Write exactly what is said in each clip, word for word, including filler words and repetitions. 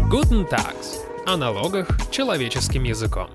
Guten Tags. О налогах человеческим языком.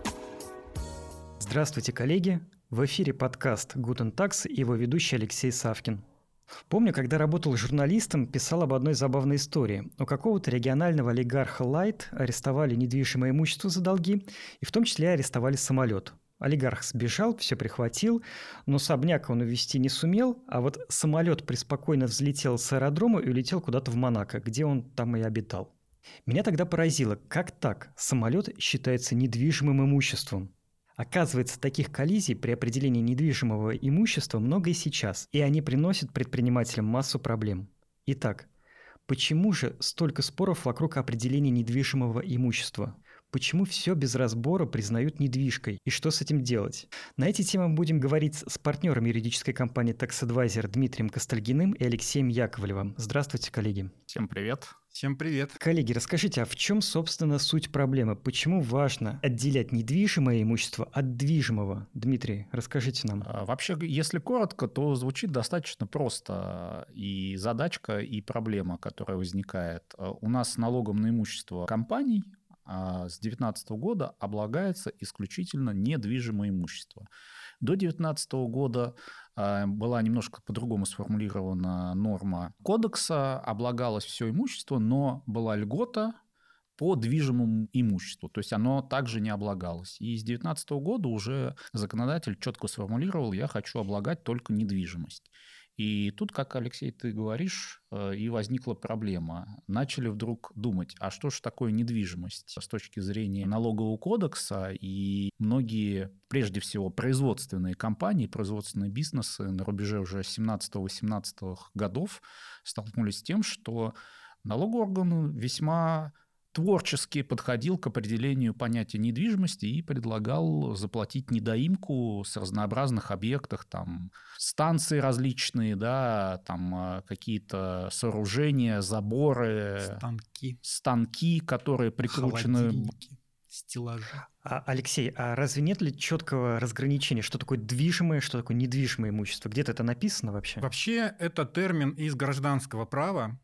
Здравствуйте, коллеги! В эфире подкаст Guten Tags и его ведущий Алексей Савкин. Помню, когда работал журналистом, писал об одной забавной истории. У какого-то регионального олигарха Лайт арестовали недвижимое имущество за долги, и в том числе арестовали самолет. Олигарх сбежал, все прихватил, но особняк он увезти не сумел, а вот самолет преспокойно взлетел с аэродрома и улетел куда-то в Монако, где он там и обитал. Меня тогда поразило, как так самолет считается недвижимым имуществом. Оказывается, таких коллизий при определении недвижимого имущества много и сейчас, и они приносят предпринимателям массу проблем. Итак, почему же столько споров вокруг определения недвижимого имущества? Почему все без разбора признают недвижкой? И что с этим делать? На эти темы мы будем говорить с партнером юридической компании Tax Advisor Дмитрием Костальгиным и Алексеем Яковлевым. Здравствуйте, коллеги. Всем привет. Всем привет. Коллеги, расскажите, а в чем, собственно, суть проблемы? Почему важно отделять недвижимое имущество от движимого? Дмитрий, расскажите нам. Вообще, если коротко, то звучит достаточно просто. И задачка, и проблема, которая возникает. У нас с налогом на имущество компаний с две тысячи девятнадцатого года облагается исключительно недвижимое имущество. До две тысячи девятнадцатого года была немножко по-другому сформулирована норма кодекса, облагалось все имущество, но была льгота по движимому имуществу, то есть оно также не облагалось. И с две тысячи девятнадцатого года уже законодатель четко сформулировал: я хочу облагать только недвижимость. И тут, как, Алексей, ты говоришь, и возникла проблема. Начали вдруг думать, а что же такое недвижимость с точки зрения налогового кодекса? И многие, прежде всего, производственные компании, производственные бизнесы на рубеже уже семнадцатого-восемнадцатого годов столкнулись с тем, что налоговый орган весьма творчески подходил к определению понятия недвижимости и предлагал заплатить недоимку с разнообразных объектов, там станции различные, да, там какие-то сооружения, заборы, станки, станки, которые прикручены, стеллажи. А, Алексей, а разве нет ли четкого разграничения, что такое движимое, что такое недвижимое имущество? Где-то это написано вообще? Вообще, это термин из гражданского права,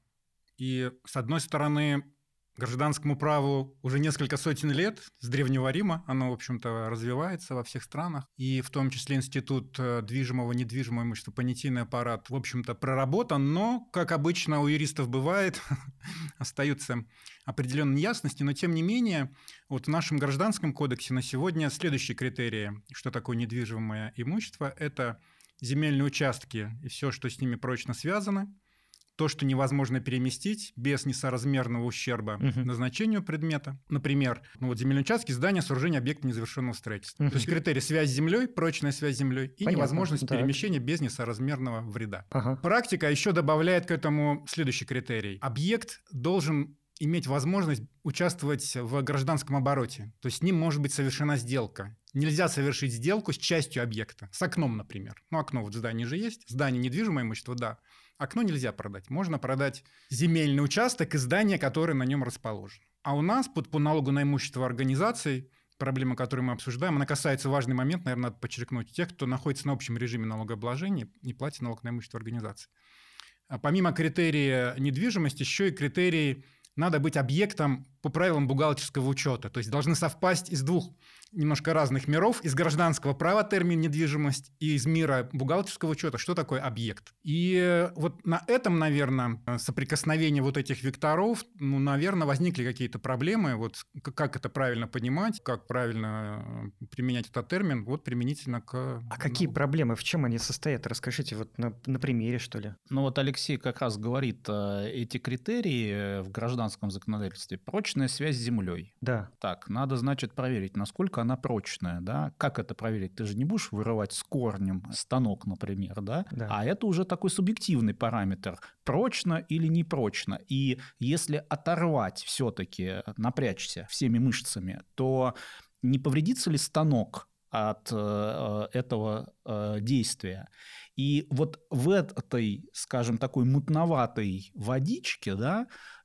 и, с одной стороны, гражданскому праву уже несколько сотен лет, с Древнего Рима, оно, в общем-то, развивается во всех странах, и в том числе институт движимого, недвижимого имущества, понятийный аппарат, в общем-то, проработан, но, как обычно у юристов бывает, остаются определенные неясности, но, тем не менее, вот в нашем гражданском кодексе на сегодня следующие критерии, что такое недвижимое имущество: это земельные участки и все, что с ними прочно связано, то, что невозможно переместить без несоразмерного ущерба uh-huh. назначению предмета. Например, ну вот земельные участки, здания, сооружения, объекты незавершенного строительства. Uh-huh. То есть критерий связь с землей, прочная связь с землей и Понятно. Невозможность так. перемещения без несоразмерного вреда. Uh-huh. Практика еще добавляет к этому следующий критерий. Объект должен иметь возможность участвовать в гражданском обороте. То есть с ним может быть совершена сделка. Нельзя совершить сделку с частью объекта. С окном, например. Ну, окно вот в здании же есть. Здание недвижимое имущество, да. Окно нельзя продать. Можно продать земельный участок и здание, которое на нем расположено. А у нас по, по налогу на имущество организаций, проблема, которую мы обсуждаем, она касается важный момент, наверное, надо подчеркнуть, тех, кто находится на общем режиме налогообложения и платит налог на имущество организации. А помимо критерия недвижимости, еще и критерий надо быть объектом по правилам бухгалтерского учета. То есть должны совпасть из двух немножко разных миров: из гражданского права термин недвижимость и из мира бухгалтерского учета, что такое объект. И вот на этом, наверное, соприкосновение вот этих векторов, ну, наверное, возникли какие-то проблемы. Вот как это правильно понимать, как правильно применять этот термин, вот применительно к... А какие ну... проблемы, в чем они состоят? Расскажите вот на, на примере, что ли. Ну вот Алексей как раз говорит, эти критерии в гражданском законодательстве: прочная связь с землей. Да. Так, надо, значит, проверить, насколько она прочная, да? Как это проверить? Ты же не будешь вырывать с корнем станок, например, да? Да. А это уже такой субъективный параметр: прочно или не прочно. И если оторвать все-таки, напрячься всеми мышцами, то не повредится ли станок от э, этого э, действия? И вот в этой, скажем, такой мутноватой водичке, да,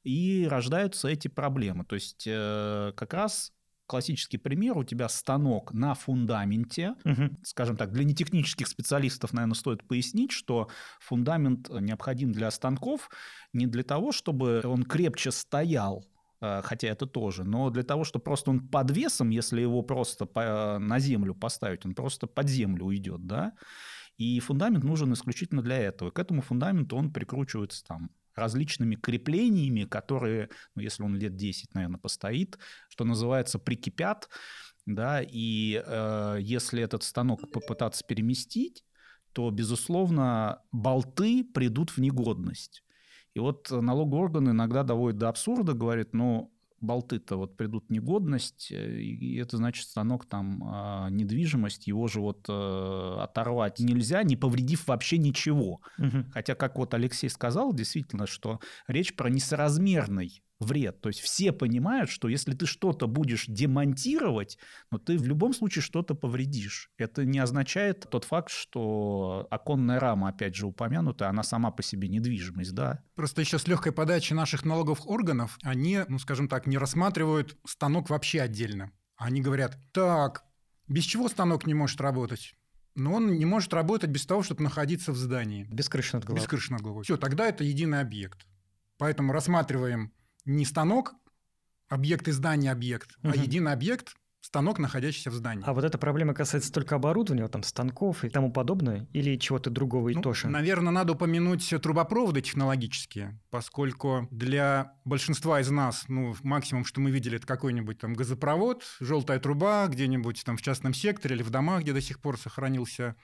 и рождаются эти проблемы. То есть э, как раз классический пример: у тебя станок на фундаменте, угу. скажем так, для нетехнических специалистов, наверное, стоит пояснить, что фундамент необходим для станков не для того, чтобы он крепче стоял хотя это тоже, но для того, чтобы просто он под весом, если его просто по, на землю поставить, он просто под землю уйдет, да, и фундамент нужен исключительно для этого. К этому фундаменту он прикручивается там различными креплениями, которые, ну, если он лет десять, наверное, постоит, что называется, прикипят, да, и э, если этот станок попытаться переместить, то, безусловно, болты придут в негодность. И вот налоговые органы иногда доводят до абсурда, говорят, ну, болты-то вот придут в негодность, и это значит, станок там, недвижимость, его же вот оторвать нельзя, не повредив вообще ничего. Угу. Хотя, как вот Алексей сказал, действительно, что речь про несоразмерный вред. То есть все понимают, что если ты что-то будешь демонтировать, но ты в любом случае что-то повредишь. Это не означает тот факт, что оконная рама, опять же, упомянутая, она сама по себе недвижимость, да. Просто еще с легкой подачи наших налоговых органов они, ну, скажем так, не рассматривают станок вообще отдельно. Они говорят, так, без чего станок не может работать? Но он не может работать без того, чтобы находиться в здании. Без крыши над головой. Без крыши над головой. Все, тогда это единый объект. Поэтому рассматриваем не станок, объект и здание объект, угу. а единый объект, станок, находящийся в здании. А вот эта проблема касается только оборудования, там, станков и тому подобное, или чего-то другого и ну, тоже? Наверное, надо упомянуть трубопроводы технологические, поскольку для большинства из нас, ну, максимум, что мы видели, это какой-нибудь там газопровод, желтая труба где-нибудь там в частном секторе или в домах, где до сих пор сохранился.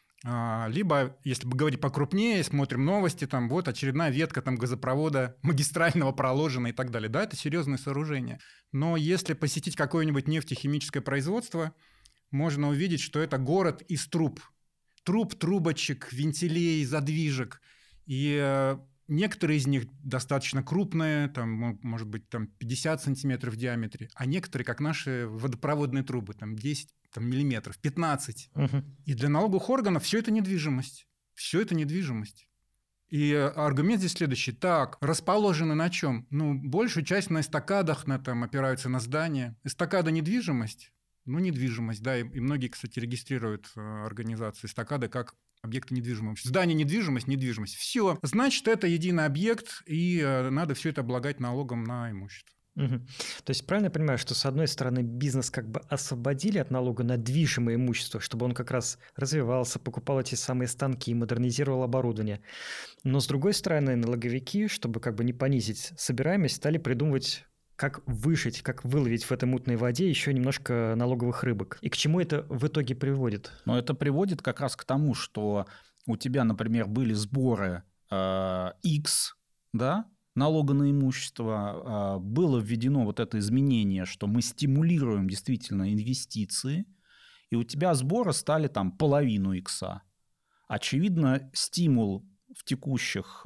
Либо, если говорить покрупнее, смотрим новости, там вот очередная ветка там, газопровода магистрального проложена и так далее. Да, это серьезное сооружение. Но если посетить какое-нибудь нефтехимическое производство, можно увидеть, что это город из труб. Труб, трубочек, вентилей, задвижек. И некоторые из них достаточно крупные, там, может быть, там пятьдесят сантиметров в диаметре, а некоторые, как наши водопроводные трубы, там десять там, миллиметров, пятнадцать. Угу. И для налоговых органов все это недвижимость. Все это недвижимость. И аргумент здесь следующий. Так, расположены на чем? Ну, большую часть на эстакадах на, там, опираются на здания. Эстакада – недвижимость? Ну, недвижимость, да. И, и многие, кстати, регистрируют э, организации эстакады как объекты недвижимости. Здание – недвижимость, недвижимость. Все. Значит, это единый объект, и э, надо все это облагать налогом на имущество. Угу. То есть правильно я понимаю, что с одной стороны бизнес как бы освободили от налога на движимое имущество, чтобы он как раз развивался, покупал эти самые станки, модернизировал оборудование. Но с другой стороны налоговики, чтобы как бы не понизить собираемость, стали придумывать, как выжить, как выловить в этой мутной воде еще немножко налоговых рыбок. И к чему это в итоге приводит? Но это приводит как раз к тому, что у тебя, например, были сборы э, X, да, налога на имущество, было введено вот это изменение, что мы стимулируем действительно инвестиции, и у тебя сборы стали там половину икса. Очевидно, стимул в текущих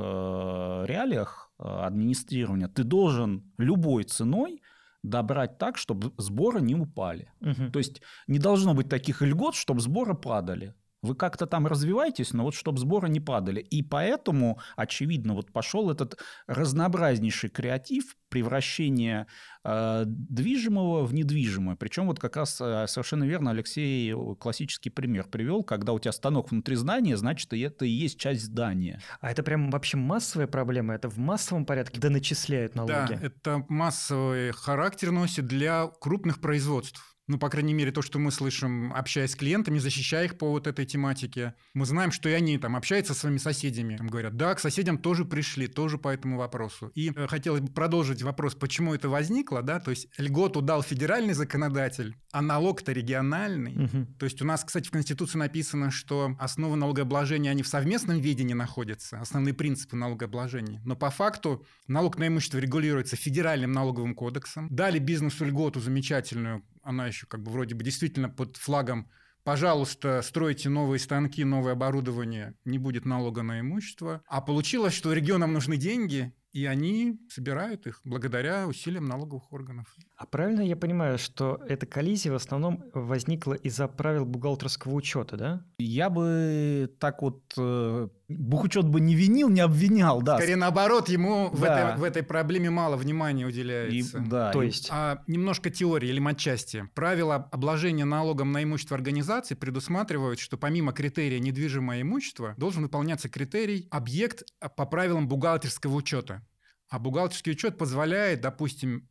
реалиях администрирования ты должен любой ценой добрать так, чтобы сборы не упали. Угу. То есть не должно быть таких льгот, чтобы сборы падали. Вы как-то там развиваетесь, но вот чтобы сборы не падали. И поэтому, очевидно, вот пошел этот разнообразнейший креатив превращения э, движимого в недвижимое. Причем вот как раз э, совершенно верно Алексей классический пример привел, когда у тебя станок внутри здания, значит, это и есть часть здания. А это прям вообще массовая проблема? Это в массовом порядке доначисляют налоги? Да, это массовый характер носит для крупных производств. Ну, по крайней мере, то, что мы слышим, общаясь с клиентами, защищая их по вот этой тематике. Мы знаем, что и они там общаются со своими соседями. Там говорят, да, к соседям тоже пришли, тоже по этому вопросу. И э, хотелось бы продолжить вопрос, почему это возникло, да, то есть льготу дал федеральный законодатель, а налог-то региональный. Угу. То есть у нас, кстати, в Конституции написано, что основы налогообложения, они в совместном ведении находятся, основные принципы налогообложения. Но по факту налог на имущество регулируется федеральным налоговым кодексом. Дали бизнесу льготу замечательную, она еще как бы вроде бы действительно под флагом «пожалуйста, стройте новые станки, новое оборудование, не будет налога на имущество». А получилось, что регионам нужны деньги, и они собирают их благодаря усилиям налоговых органов. А правильно я понимаю, что эта коллизия в основном возникла из-за правил бухгалтерского учета, да? Я бы так вот э, бухучет бы не винил, не обвинял, да. Скорее наоборот, ему да. в, этой, в этой проблеме мало внимания уделяется. И, да, То и... есть... А немножко теории или матчасти. Правила обложения налогом на имущество организации предусматривают, что помимо критерия недвижимое имущество должен выполняться критерий объект по правилам бухгалтерского учета. А бухгалтерский учет позволяет, допустим,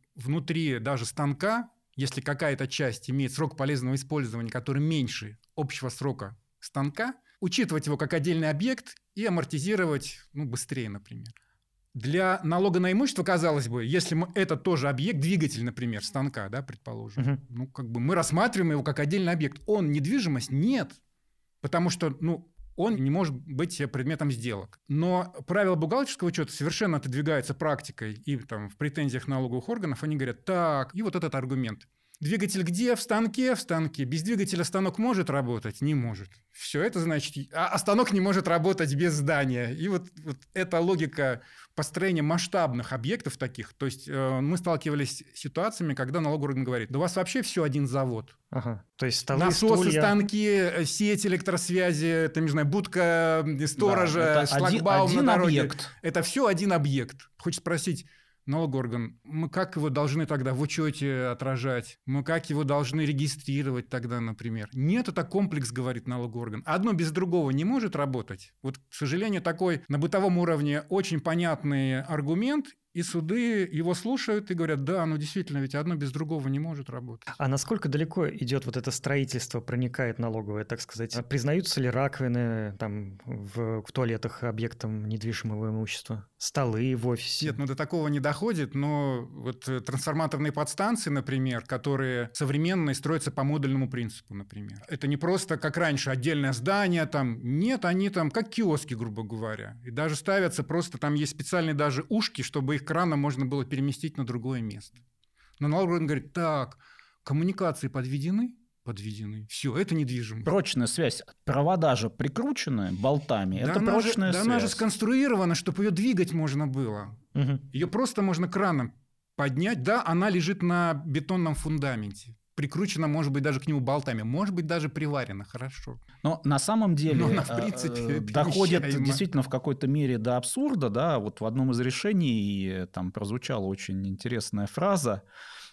внутри даже станка, если какая-то часть имеет срок полезного использования, который меньше общего срока станка, учитывать его как отдельный объект и амортизировать ну, быстрее, например. Для налога на имущество, казалось бы, если мы, это тоже объект, двигатель, например, станка, да, предположим, uh-huh. ну, как бы мы рассматриваем его как отдельный объект. Он недвижимость? Нет. Потому что, ну, он не может быть предметом сделок. Но правила бухгалтерского учета совершенно отодвигаются практикой и там, в претензиях налоговых органов. Они говорят, так, и вот этот аргумент. Двигатель где? В станке? В станке. Без двигателя станок может работать? Не может. Все это значит... А, а станок не может работать без здания. И вот, вот эта логика построения масштабных объектов таких. То есть э, мы сталкивались с ситуациями, когда налоговый орган говорит, да у вас вообще все один завод. Ага. То есть столы, насосы, стулья... станки, сеть электросвязи, это, не знаю, будка сторожа, да, шлагбаум один, на один дороге. Объект. Это все один объект. Хочешь спросить, налоговый орган, мы как его должны тогда в учете отражать? Мы как его должны регистрировать тогда, например? Нет, это комплекс, говорит налоговый орган. Одно без другого не может работать. Вот, к сожалению, такой на бытовом уровне очень понятный аргумент, и суды его слушают и говорят, да, ну действительно, ведь одно без другого не может работать. А насколько далеко идет вот это строительство, проникает налоговое, так сказать? Признаются ли раковины там, в, в туалетах объектом недвижимого имущества? Столы в офисе? Нет, ну до такого не доходит, но вот трансформаторные подстанции, например, которые современные, строятся по модульному принципу, например. Это не просто, как раньше, отдельное здание, там, нет, они там как киоски, грубо говоря. И даже ставятся просто, там есть специальные даже ушки, чтобы их краном можно было переместить на другое место. Но налоговый орган говорит, так, коммуникации подведены? Подведены. Все, это недвижимость. Прочная связь. Провода же прикручены болтами. Да это прочная же, связь. Да она же сконструирована, чтобы ее двигать можно было. Угу. Ее просто можно краном поднять. Да, она лежит на бетонном фундаменте. Прикручена, может быть, даже к нему болтами. Может быть, даже приварена. Хорошо. Но на самом деле Но она, в принципе, доходит действительно в какой-то мере до абсурда. Да? Вот в одном из решений там прозвучала очень интересная фраза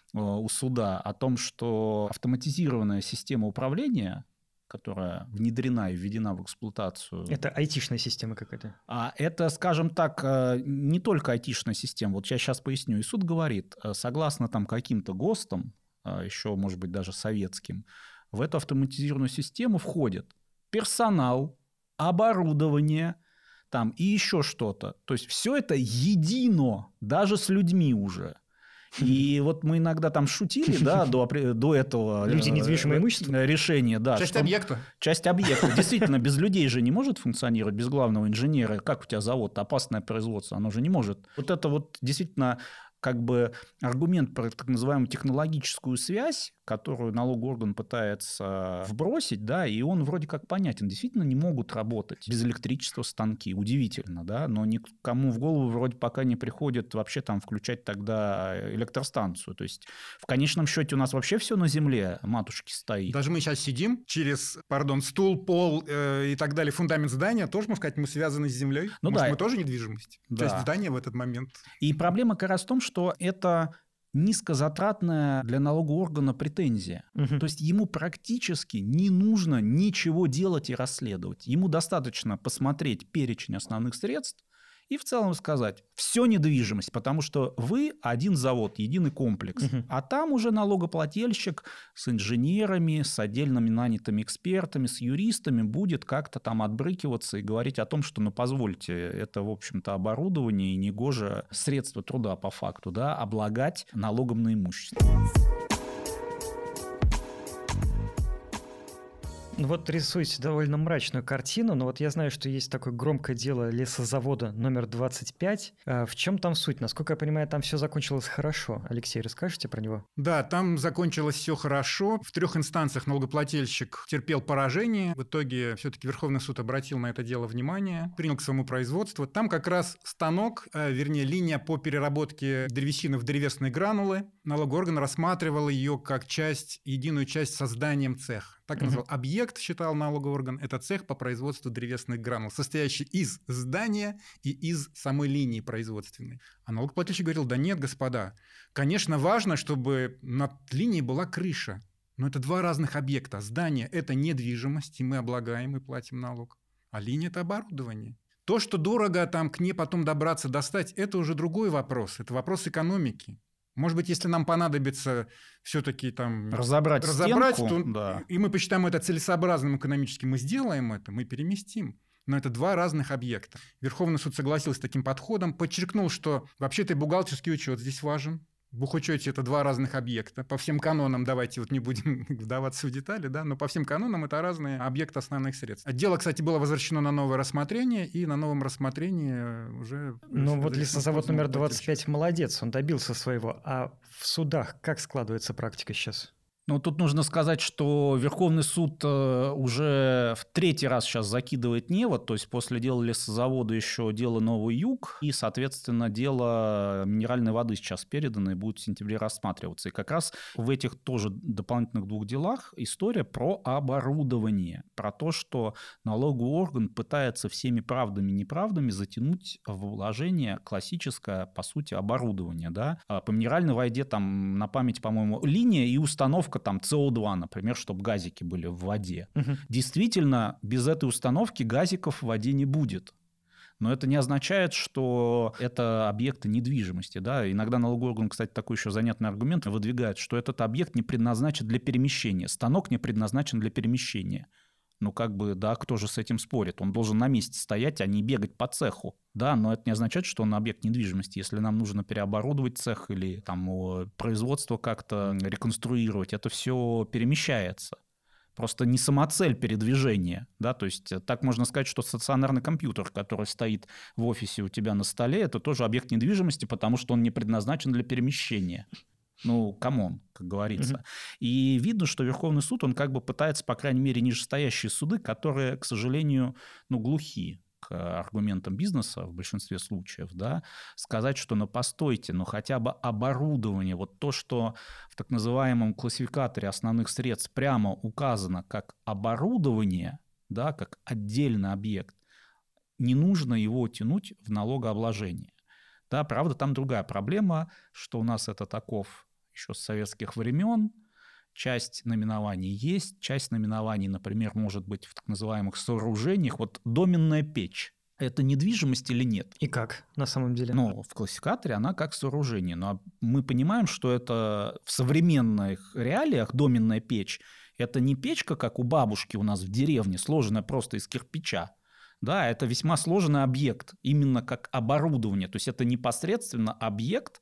у суда о том, что автоматизированная система управления, которая внедрена и введена в эксплуатацию... Это айтишная система какая-то? А это, скажем так, не только айтишная система. Вот я сейчас поясню. И суд говорит, согласно там каким-то ГОСТам, еще, может быть, даже советским, в эту автоматизированную систему входит персонал, оборудование там, и еще что-то. То есть все это едино, даже с людьми уже. И вот мы иногда там шутили, да, до, до этого Люди недвижимое имущество? решения. Да, часть что, объекта. Часть объекта. Действительно, без людей же не может функционировать, без главного инженера. Как у тебя завод, опасное производство, оно же не может. Вот это вот действительно... как бы аргумент про так называемую технологическую связь, которую налоговый орган пытается вбросить, да, и он вроде как понятен. Действительно не могут работать без электричества станки. Удивительно, да, но никому в голову вроде пока не приходит вообще там включать тогда электростанцию. То есть в конечном счете у нас вообще все на земле, матушки, стоит. Даже мы сейчас сидим через, пардон, стул, пол э, и так далее, фундамент здания, тоже, можно сказать, мы связаны с землей. Ну, Может, да. мы тоже недвижимость? Да. Часть здания в этот момент. И проблема как раз в том, что это низкозатратная для налогового органа претензия. Угу. То есть ему практически не нужно ничего делать и расследовать. Ему достаточно посмотреть перечень основных средств и в целом сказать, все недвижимость, потому что вы один завод, единый комплекс. Угу. А там уже налогоплательщик с инженерами, с отдельными нанятыми экспертами, с юристами будет как-то там отбрыкиваться и говорить о том, что, ну, позвольте, это, в общем-то, оборудование и негоже средства труда по факту, да, облагать налогом на имущество. Ну вот рисуете довольно мрачную картину, но вот я знаю, что есть такое громкое дело лесозавода номер двадцать пять. А в чем там суть? Насколько я понимаю, там все закончилось хорошо. Алексей, расскажете про него? Да, там закончилось все хорошо. В трех инстанциях налогоплательщик терпел поражение. В итоге все-таки Верховный суд обратил на это дело внимание, принял к своему производству. Там как раз станок, э, вернее, линия по переработке древесины в древесные гранулы. Налоговый орган рассматривал ее как часть, единую часть созданием цеха. Так назвал. Uh-huh. Объект, считал налоговый орган, это цех по производству древесных гранул, состоящий из здания и из самой линии производственной. А налогоплательщик говорил, да нет, господа, конечно, важно, чтобы над линией была крыша, но это два разных объекта. Здание – это недвижимость, и мы облагаем и платим налог, а линия – это оборудование. То, что дорого там к ней потом добраться, достать, это уже другой вопрос, это вопрос экономики. Может быть, если нам понадобится все-таки там разобрать, разобрать стенку, то, да. и мы посчитаем это целесообразным экономически, мы сделаем это, мы переместим. Но это два разных объекта. Верховный суд согласился с таким подходом, подчеркнул, что вообще-то и бухгалтерский учет здесь важен. В бухучете это два разных объекта. По всем канонам, давайте вот не будем вдаваться в детали, да, но по всем канонам это разные объекты основных средств. Дело, кстати, было возвращено на новое рассмотрение, и на новом рассмотрении уже... Ну вот лесозавод номер двадцать пять молодец, он добился своего. А в судах как складывается практика сейчас? Ну, тут нужно сказать, что Верховный суд уже в третий раз сейчас закидывает невод, то есть после дела лесозавода еще дело Новый Юг, и, соответственно, дело минеральной воды сейчас передано и будет в сентябре рассматриваться. И как раз в этих тоже дополнительных двух делах история про оборудование, про то, что налоговый орган пытается всеми правдами и неправдами затянуть в вложение классическое, по сути, оборудование. Да? По минеральной воде там на память, по-моему, линия и установка там С О два, например, чтобы газики были в воде. Угу. Действительно, без этой установки газиков в воде не будет. Но это не означает, что это объекты недвижимости. Да? Иногда налоговый орган, кстати, такой еще занятный аргумент выдвигает, что этот объект не предназначен для перемещения. Станок не предназначен для перемещения. Ну, как бы, да, кто же с этим спорит? Он должен на месте стоять, а не бегать по цеху. Да, но это не означает, что он объект недвижимости. Если нам нужно переоборудовать цех или там производство как-то реконструировать, это все перемещается. Просто не самоцель передвижения. Да? То есть так можно сказать, что стационарный компьютер, который стоит в офисе у тебя на столе, это тоже объект недвижимости, потому что он не предназначен для перемещения. Ну, камон, как говорится. Угу. И видно, что Верховный суд, он как бы пытается, по крайней мере, нижестоящие суды, которые, к сожалению, ну, глухи к аргументам бизнеса в большинстве случаев, да, сказать, что ну постойте, ну хотя бы оборудование, вот то, что в так называемом классификаторе основных средств прямо указано как оборудование, да, как отдельный объект, не нужно его тянуть в налогообложение. Да, правда, там другая проблема, что у нас это таков еще с советских времен. Часть наименований есть, часть наименований, например, может быть в так называемых сооружениях. Вот доменная печь – это недвижимость или нет? И как на самом деле? Ну, в классификаторе она как сооружение. Но мы понимаем, что это в современных реалиях доменная печь – это не печка, как у бабушки у нас в деревне, сложенная просто из кирпича. Да, это весьма сложный объект, именно как оборудование. То есть это непосредственно объект,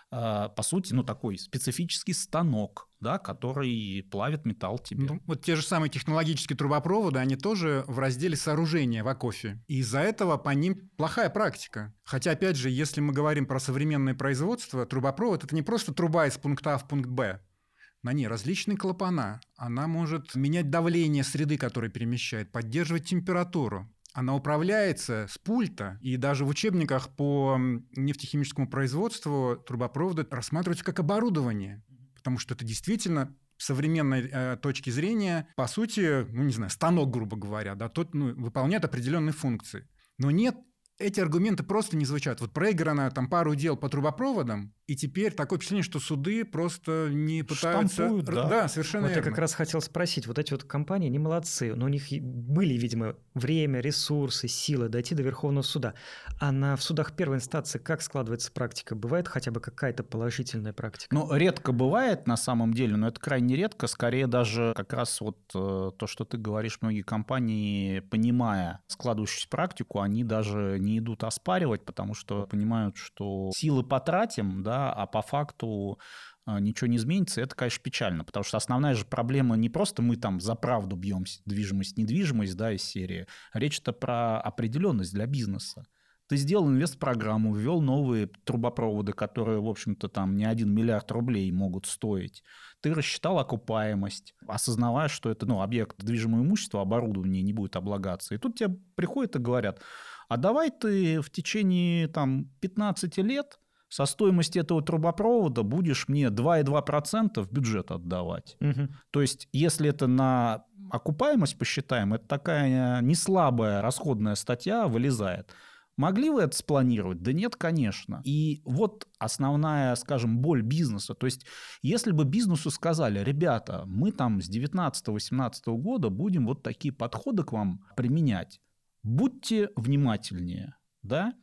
по сути, ну, такой специфический станок, да, который плавит металл тебе. Ну, вот те же самые технологические трубопроводы, они тоже в разделе сооружения в АКОФе. И из-за этого по ним плохая практика. Хотя, опять же, если мы говорим про современное производство, трубопровод – это не просто труба из пункта А в пункт Б. На ней различные клапана. Она может менять давление среды, которая перемещает, поддерживать температуру. Она управляется с пульта, и даже в учебниках по нефтехимическому производству трубопроводы рассматриваются как оборудование, потому что это действительно с современной э, точки зрения, по сути, ну не знаю, станок, грубо говоря, да, тот ну, выполняет определенные функции. Но нет, эти аргументы просто не звучат. Вот проиграно там пару дел по трубопроводам, и теперь такое впечатление, что суды просто не пытаются... Штампуют, да. Да, совершенно вот верно. Я как раз хотел спросить, вот эти вот компании, они молодцы, но у них были, видимо, время, ресурсы, силы дойти до Верховного суда. А на в судах первой инстанции как складывается практика? Бывает хотя бы какая-то положительная практика? Ну, редко бывает на самом деле, но это крайне редко. Скорее даже как раз вот э, то, что ты говоришь, многие компании, понимая складывающуюся практику, они даже не идут оспаривать, потому что понимают, что силы потратим, да, а по факту ничего не изменится, это, конечно, печально, потому что основная же проблема не просто мы там за правду бьемся, движимость, недвижимость, да, из серии, речь-то про определенность для бизнеса. Ты сделал инвестпрограмму, ввел новые трубопроводы, которые, в общем-то, там не один миллиард рублей могут стоить. Ты рассчитал окупаемость, осознавая, что это ну, объект движимого имущества, оборудование не будет облагаться. И тут тебе приходят и говорят, а давай ты в течение там, пятнадцати лет со стоимости этого трубопровода будешь мне два и два десятых процента в бюджет отдавать. Угу. То есть, если это на окупаемость посчитаем, это такая неслабая расходная статья вылезает. Могли вы это спланировать? Да нет, конечно. И вот основная, скажем, боль бизнеса. То есть, если бы бизнесу сказали, ребята, мы там с девятнадцатого-восемнадцатого года будем вот такие подходы к вам применять, будьте внимательнее, да?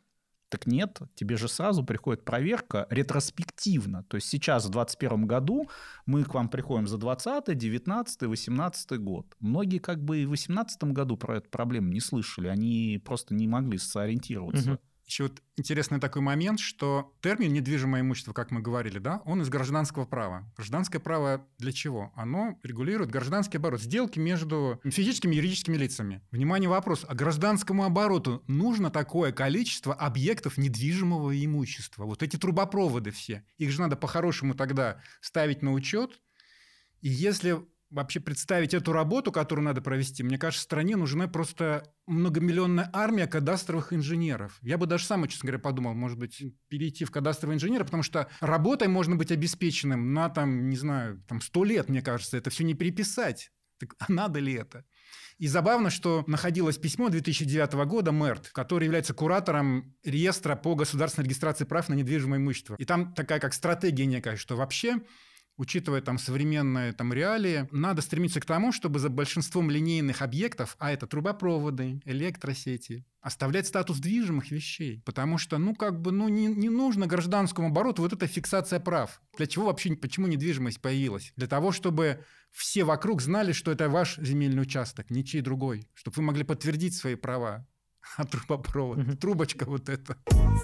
Так нет, тебе же сразу приходит проверка ретроспективно. То есть сейчас, в двадцать первом году, мы к вам приходим за двадцатый, девятнадцатый, восемнадцатый год. Многие как бы и в восемнадцатом году про эту проблему не слышали, они просто не могли сориентироваться. Угу. Еще вот интересный такой момент, что термин «недвижимое имущество», как мы говорили, да, он из гражданского права. Гражданское право для чего? Оно регулирует гражданский оборот, сделки между физическими и юридическими лицами. Внимание, вопрос. А гражданскому обороту нужно такое количество объектов недвижимого имущества? Вот эти трубопроводы все. Их же надо по-хорошему тогда ставить на учет. И если вообще представить эту работу, которую надо провести, мне кажется, стране нужна просто многомиллионная армия кадастровых инженеров. Я бы даже сам, честно говоря, подумал, может быть, перейти в кадастрового инженера, потому что работой можно быть обеспеченным на, там, не знаю, там, сто лет, мне кажется. Это все не переписать. Так а надо ли это? И забавно, что находилось письмо две тысячи девятого года МЭРТ, который является куратором реестра по государственной регистрации прав на недвижимое имущество. И там такая как стратегия некая, что вообще, учитывая там современные там реалии, надо стремиться к тому, чтобы за большинством линейных объектов, а это трубопроводы, электросети, оставлять статус движимых вещей. Потому что, ну, как бы, ну, не, не нужно гражданскому обороту вот эта фиксация прав. Для чего вообще, почему недвижимость появилась? Для того, чтобы все вокруг знали, что это ваш земельный участок, ничей другой. Чтобы вы могли подтвердить свои права. А трубопровод, mm-hmm. трубочка вот эта.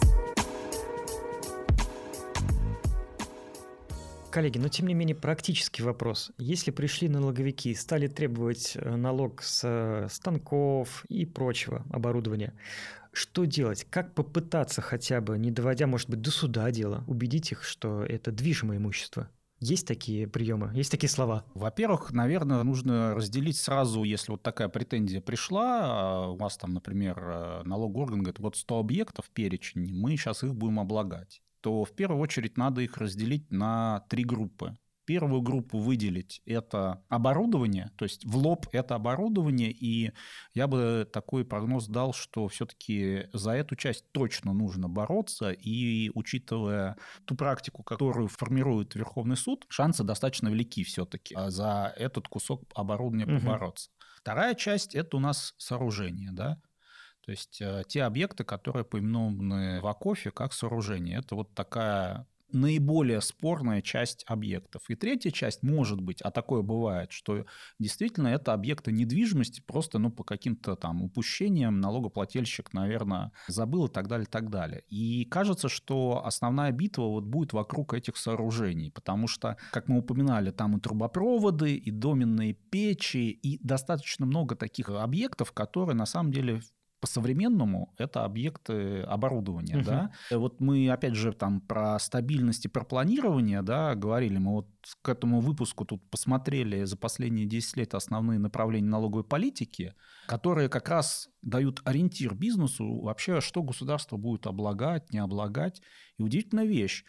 Коллеги, но тем не менее практический вопрос. Если пришли налоговики и стали требовать налог с станков и прочего оборудования, что делать? Как попытаться хотя бы, не доводя, может быть, до суда дело, убедить их, что это движимое имущество? Есть такие приемы, есть такие слова? Во-первых, наверное, нужно разделить сразу, если вот такая претензия пришла, у вас там, например, налоговый орган говорит, вот сто объектов перечень, мы сейчас их будем облагать, то в первую очередь надо их разделить на три группы. Первую группу выделить – это оборудование, то есть в лоб это оборудование, и я бы такой прогноз дал, что все-таки за эту часть точно нужно бороться, и учитывая ту практику, которую формирует Верховный суд, шансы достаточно велики все-таки за этот кусок оборудования угу. побороться. Вторая часть – это у нас сооружение, да. То есть э, те объекты, которые поименованы в АКОФе как сооружение. Это вот такая наиболее спорная часть объектов. И третья часть может быть, а такое бывает, что действительно это объекты недвижимости, просто ну, по каким-то там упущениям налогоплательщик, наверное, забыл и так далее, и так далее. И кажется, что основная битва вот будет вокруг этих сооружений, потому что, как мы упоминали, там и трубопроводы, и доменные печи, и достаточно много таких объектов, которые на самом деле по-современному это объекты оборудования. Uh-huh. Да? Вот мы, опять же, там про стабильность и про планирование да, говорили. Мы вот к этому выпуску тут посмотрели за последние десять лет основные направления налоговой политики, которые как раз дают ориентир бизнесу вообще, что государство будет облагать, не облагать. И удивительная вещь.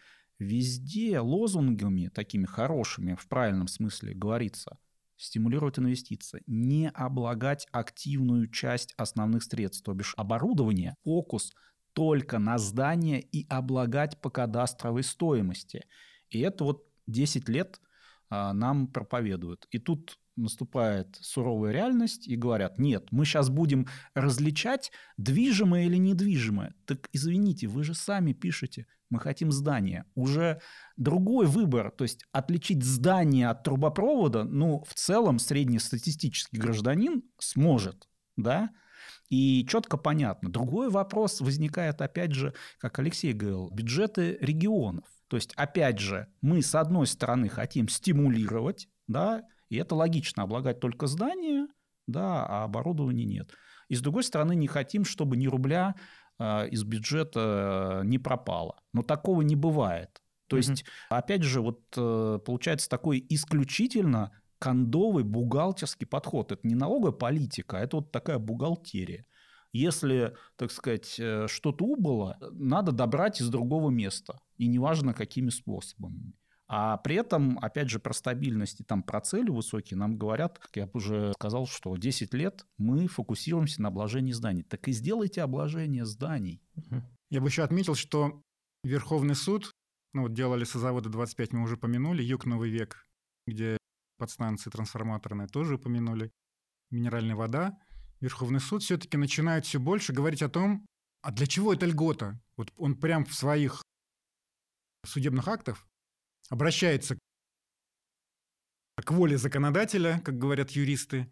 Везде лозунгами такими хорошими, в правильном смысле говорится, стимулировать инвестиции, не облагать активную часть основных средств, то бишь оборудование, фокус только на здание и облагать по кадастровой стоимости. И это вот десять лет а, нам проповедуют. И тут наступает суровая реальность и говорят, нет, мы сейчас будем различать движимое или недвижимое. Так извините, вы же сами пишете, мы хотим здание. Уже другой выбор, то есть отличить здание от трубопровода, ну, в целом среднестатистический гражданин сможет, да, и четко понятно. Другой вопрос возникает, опять же, как Алексей говорил, бюджеты регионов. То есть, опять же, мы с одной стороны хотим стимулировать, да, и это логично, облагать только здания, да, а оборудования нет. И с другой стороны, не хотим, чтобы ни рубля э, из бюджета не пропало. Но такого не бывает. То есть, mm-hmm. опять же, вот э, получается такой исключительно кондовый бухгалтерский подход. Это не налоговая политика, а это вот такая бухгалтерия. Если, так сказать, что-то убыло, надо добрать из другого места. И неважно, какими способами. А при этом, опять же, про стабильность и там про цели высокие нам говорят, как я уже сказал, что десять лет мы фокусируемся на обложении зданий. Так и сделайте обложение зданий. Я бы еще отметил, что Верховный суд, ну вот делали созаводы двадцать пять, мы уже помянули, Юг Новый век, где подстанции трансформаторные тоже упомянули, минеральная вода. Верховный суд все-таки начинает все больше говорить о том, А для чего эта льгота? Вот он прям в своих судебных актах обращается к воле законодателя, как говорят юристы,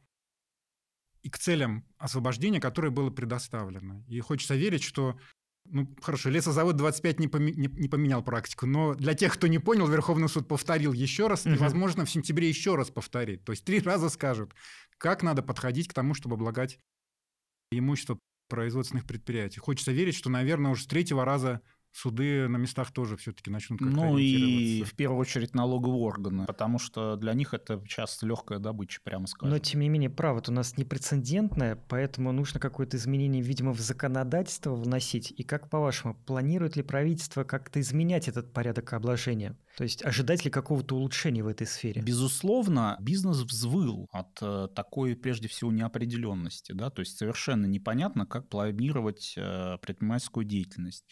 и к целям освобождения, которое было предоставлено. И хочется верить, что, ну, хорошо, лесозавод двадцать пять не, поме- не, не поменял практику, но для тех, кто не понял, Верховный суд повторил еще раз, Угу. и, возможно, в сентябре еще раз повторит. То есть три раза скажут, как надо подходить к тому, чтобы облагать имущество производственных предприятий. Хочется верить, что, наверное, уже с третьего раза суды на местах тоже все-таки начнут как-то Ну и ориентироваться. в первую очередь налоговые органы, потому что для них это часто легкая добыча, прямо скажем. Но, тем не менее, право-то у нас непрецедентное, поэтому нужно какое-то изменение, видимо, в законодательство вносить. И как, по-вашему, планирует ли правительство как-то изменять этот порядок обложения? То есть ожидать ли какого-то улучшения в этой сфере? Безусловно, бизнес взвыл от э, такой, прежде всего, неопределенности. Да? То есть совершенно непонятно, как планировать э, предпринимательскую деятельность.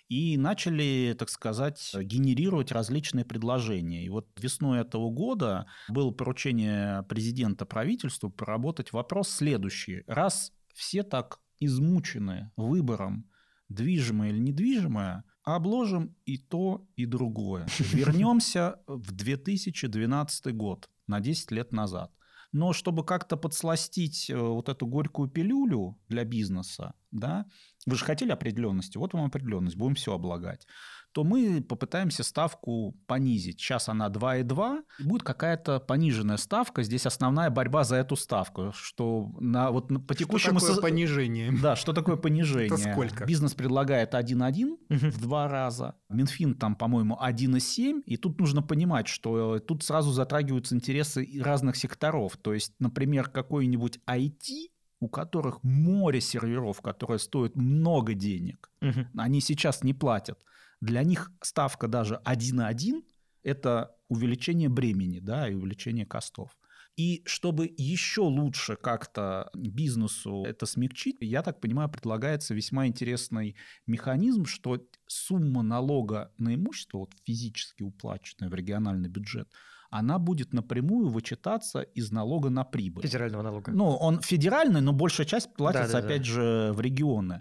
И начали, так сказать, генерировать различные предложения. И вот весной этого года было поручение президента правительству проработать вопрос следующий. Раз все так измучены выбором, движимое или недвижимое, обложим и то, и другое. Вернемся в две тысячи двенадцатый год, на десять лет назад. Но чтобы как-то подсластить вот эту горькую пилюлю для бизнеса, да, вы же хотели определенности, вот вам определенность, будем все облагать, то мы попытаемся ставку понизить. Сейчас она два и два, и будет какая-то пониженная ставка. Здесь основная борьба за эту ставку, что на, вот по текущему... Что такое понижение? Да, что такое понижение? Это сколько? Бизнес предлагает один и один в два раза, Минфин там, по-моему, один и семь, и тут нужно понимать, что тут сразу затрагиваются интересы разных секторов. То есть, например, какой-нибудь ай ти, у которых море серверов, которые стоят много денег, Угу. они сейчас не платят. Для них ставка даже один и один – это увеличение бремени, да, и увеличение костов. И чтобы еще лучше как-то бизнесу это смягчить, я так понимаю, предлагается весьма интересный механизм, что сумма налога на имущество, вот физически уплаченная в региональный бюджет, она будет напрямую вычитаться из налога на прибыль. Федерального налога. Ну, он федеральный, но большая часть платится, Да-да-да. опять же, в регионы.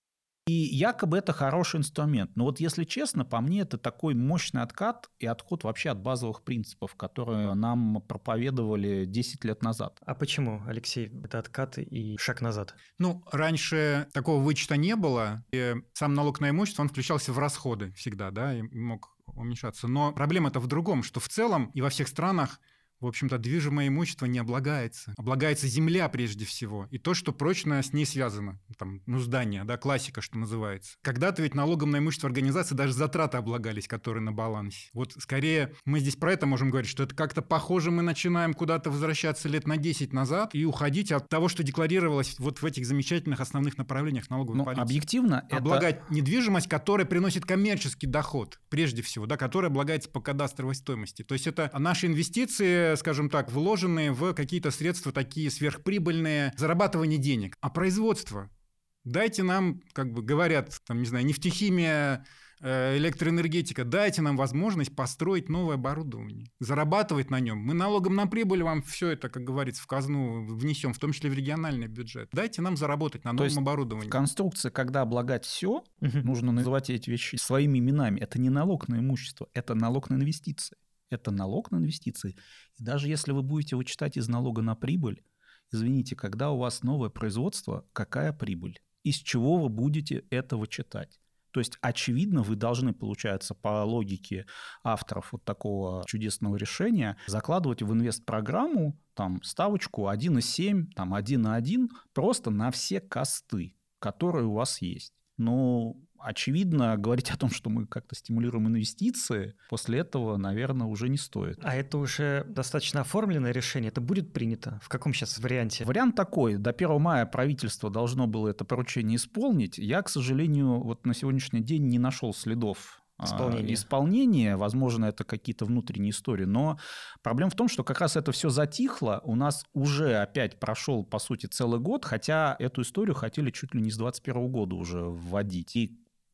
И якобы это хороший инструмент. Но вот если честно, по мне это такой мощный откат и отход вообще от базовых принципов, которые нам проповедовали десять лет назад. А почему, Алексей, это откат и шаг назад? Ну, раньше такого вычета не было, и сам налог на имущество, он включался в расходы всегда, да, и мог уменьшаться. Но проблема-то в другом, что в целом и во всех странах, в общем-то, движимое имущество не облагается. Облагается земля прежде всего. И то, что прочно с ней связано. Там, ну, здание, да, классика, что называется. Когда-то ведь налогом на имущество организации даже затраты облагались, которые на балансе. Вот скорее мы здесь про это можем говорить, что это как-то похоже, мы начинаем куда-то возвращаться лет на десять назад и уходить от того, что декларировалось вот в этих замечательных основных направлениях налоговой Но политики. объективно Облагать это... недвижимость, которая приносит коммерческий доход, прежде всего, да, которая облагается по кадастровой стоимости. То есть это наши инвестиции, скажем так, вложенные в какие-то средства такие сверхприбыльные, зарабатывание денег. А производство? Дайте нам, как бы говорят, там, не знаю, нефтехимия, электроэнергетика, дайте нам возможность построить новое оборудование, зарабатывать на нем. Мы налогом на прибыль вам все это, как говорится, в казну внесем, в том числе в региональный бюджет. Дайте нам заработать на То новом есть оборудовании. В конструкции, когда облагать все, Угу. нужно называть эти вещи своими именами. Это не налог на имущество, это налог на инвестиции. Это налог на инвестиции. И даже если вы будете вычитать из налога на прибыль, извините, когда у вас новое производство, какая прибыль? Из чего вы будете это вычитать? То есть, очевидно, вы должны, получается, по логике авторов вот такого чудесного решения, закладывать в инвестпрограмму там, ставочку один и семь, там, один и один просто на все косты, которые у вас есть. Но, очевидно, говорить о том, что мы как-то стимулируем инвестиции, после этого, наверное, уже не стоит. А это уже достаточно оформленное решение? Это будет принято? В каком сейчас варианте? Вариант такой. До первого мая правительство должно было это поручение исполнить. Я, к сожалению, вот на сегодняшний день не нашел следов Исполнение. исполнения. Возможно, это какие-то внутренние истории. Но проблема в том, что как раз это все затихло. У нас уже опять прошел, по сути, целый год, хотя эту историю хотели чуть ли не с двадцать первого года уже вводить. И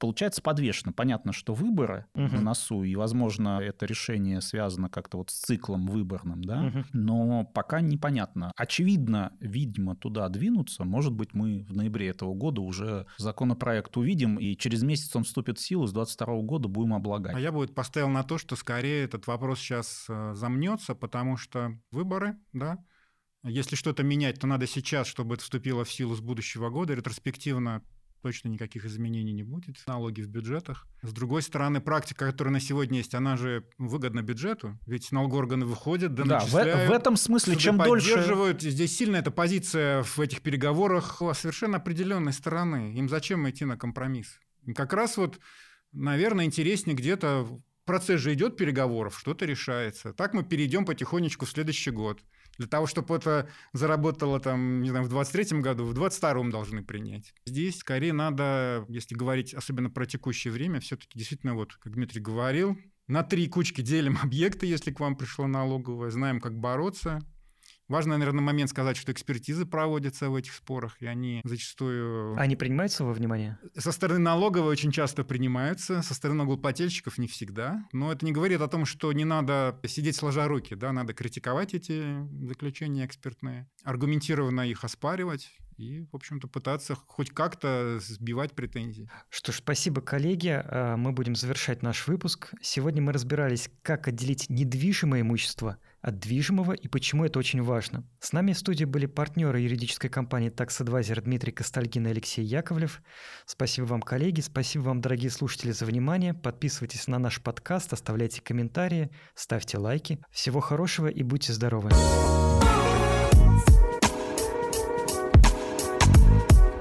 получается подвешено. Понятно, что выборы Угу. на носу, и, возможно, это решение связано как-то вот с циклом выборным, да, Угу. но пока непонятно. Очевидно, видимо, туда двинуться. Может быть, мы в ноябре этого года уже законопроект увидим, и через месяц он вступит в силу, с двадцать второго года будем облагать. А я бы поставил на то, что скорее этот вопрос сейчас замнется, потому что выборы, да, если что-то менять, то надо сейчас, чтобы это вступило в силу с будущего года. Ретроспективно точно никаких изменений не будет, налоги в бюджетах. С другой стороны, практика, которая на сегодня есть, она же выгодна бюджету, ведь налогоорганы выходят, да, Да, в, начисляют, в этом смысле, суды чем дольше... поддерживают. Здесь сильная эта позиция в этих переговорах совершенно определенной стороны. Им зачем идти на компромисс? Им как раз вот, наверное, интереснее где-то... Процесс же идет переговоров, что-то решается. Так мы перейдем потихонечку в следующий год. Для того, чтобы это заработало там, не знаю, в двадцать третьем году, в двадцать втором должны принять. Здесь скорее надо, если говорить особенно про текущее время, все-таки действительно, вот, как Дмитрий говорил, на три кучки делим объекты, если к вам пришла налоговая, знаем, как бороться. Важно, наверное, момент сказать, что экспертизы проводятся в этих спорах, и они зачастую... Они принимаются во внимание? Со стороны налоговой очень часто принимаются, со стороны налогоплательщиков не всегда. Но это не говорит о том, что не надо сидеть сложа руки, да, надо критиковать эти заключения экспертные, аргументированно их оспаривать и, в общем-то, пытаться хоть как-то сбивать претензии. Что ж, спасибо, коллеги. Мы будем завершать наш выпуск. Сегодня мы разбирались, как отделить недвижимое имущество от движимого и почему это очень важно. С нами в студии были партнеры юридической компании Tax Advisor Дмитрий Костальгин и Алексей Яковлев. Спасибо вам, коллеги, спасибо вам, дорогие слушатели, за внимание. Подписывайтесь на наш подкаст, оставляйте комментарии, ставьте лайки. Всего хорошего и будьте здоровы.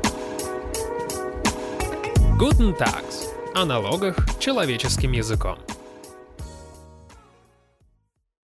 Guten Tags. О налогах человеческим языком.